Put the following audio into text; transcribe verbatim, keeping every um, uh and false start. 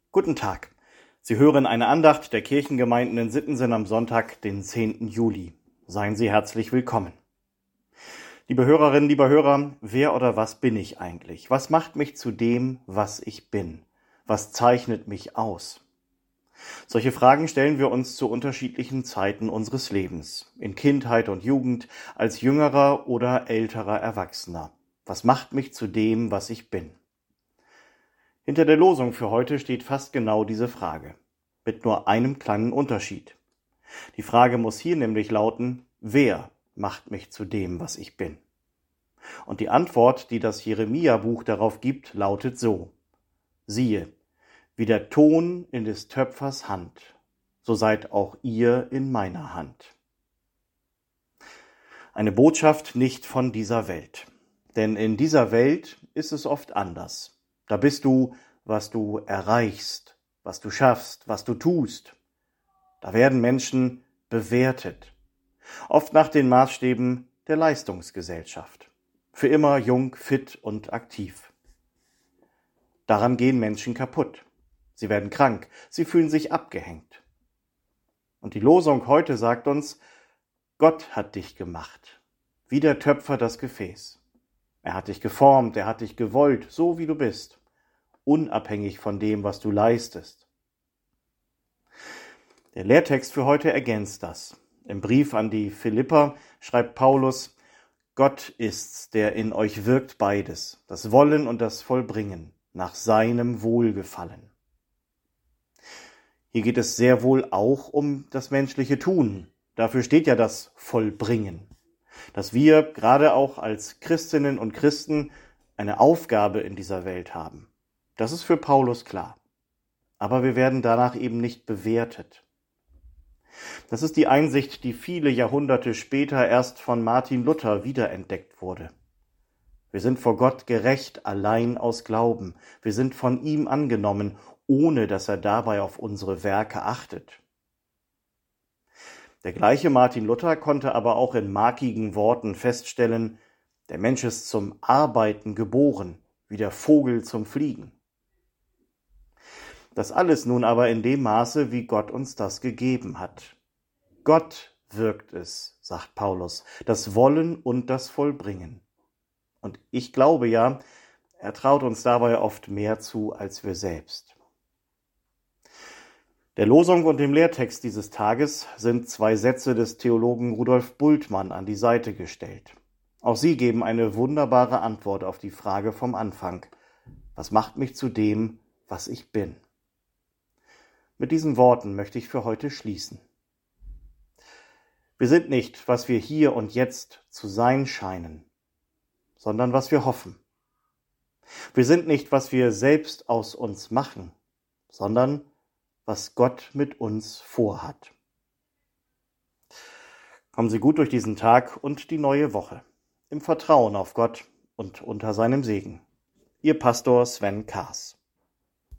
Guten Tag. Sie hören eine Andacht der Kirchengemeinden in Sittensen am Sonntag, den zehnten Juli. Seien Sie herzlich willkommen. Liebe Hörerinnen, lieber Hörer, wer oder was bin ich eigentlich? Was macht mich zu dem, was ich bin? Was zeichnet mich aus? Solche Fragen stellen wir uns zu unterschiedlichen Zeiten unseres Lebens, in Kindheit und Jugend, als jüngerer oder älterer Erwachsener. Was macht mich zu dem, was ich bin? Hinter der Losung für heute steht fast genau diese Frage, mit nur einem kleinen Unterschied. Die Frage muss hier nämlich lauten, wer macht mich zu dem, was ich bin? Und die Antwort, die das Jeremia-Buch darauf gibt, lautet so: Siehe, wie der Ton in des Töpfers Hand, so seid auch ihr in meiner Hand. Eine Botschaft nicht von dieser Welt, denn in dieser Welt ist es oft anders. Da bist du, was du erreichst, was du schaffst, was du tust. Da werden Menschen bewertet, oft nach den Maßstäben der Leistungsgesellschaft. Für immer jung, fit und aktiv. Daran gehen Menschen kaputt. Sie werden krank, sie fühlen sich abgehängt. Und die Losung heute sagt uns, Gott hat dich gemacht, wie der Töpfer das Gefäß. Er hat dich geformt, er hat dich gewollt, so wie du bist, unabhängig von dem, was du leistest. Der Lehrtext für heute ergänzt das. Im Brief an die Philipper schreibt Paulus, Gott ist's, der in euch wirkt beides, das Wollen und das Vollbringen, nach seinem Wohlgefallen. Hier geht es sehr wohl auch um das menschliche Tun. Dafür steht ja das Vollbringen. Dass wir gerade auch als Christinnen und Christen eine Aufgabe in dieser Welt haben. Das ist für Paulus klar. Aber wir werden danach eben nicht bewertet. Das ist die Einsicht, die viele Jahrhunderte später erst von Martin Luther wiederentdeckt wurde. Wir sind vor Gott gerecht allein aus Glauben. Wir sind von ihm angenommen, ohne dass er dabei auf unsere Werke achtet. Der gleiche Martin Luther konnte aber auch in markigen Worten feststellen, der Mensch ist zum Arbeiten geboren, wie der Vogel zum Fliegen. Das alles nun aber in dem Maße, wie Gott uns das gegeben hat. Gott wirkt es, sagt Paulus, das Wollen und das Vollbringen. Und ich glaube ja, er traut uns dabei oft mehr zu als wir selbst. Der Losung und dem Lehrtext dieses Tages sind zwei Sätze des Theologen Rudolf Bultmann an die Seite gestellt. Auch sie geben eine wunderbare Antwort auf die Frage vom Anfang. Was macht mich zu dem, was ich bin? Mit diesen Worten möchte ich für heute schließen. Wir sind nicht, was wir hier und jetzt zu sein scheinen, sondern was wir hoffen. Wir sind nicht, was wir selbst aus uns machen, sondern was Gott mit uns vorhat. Kommen Sie gut durch diesen Tag und die neue Woche, im Vertrauen auf Gott und unter seinem Segen. Ihr Pastor Sven Kaas.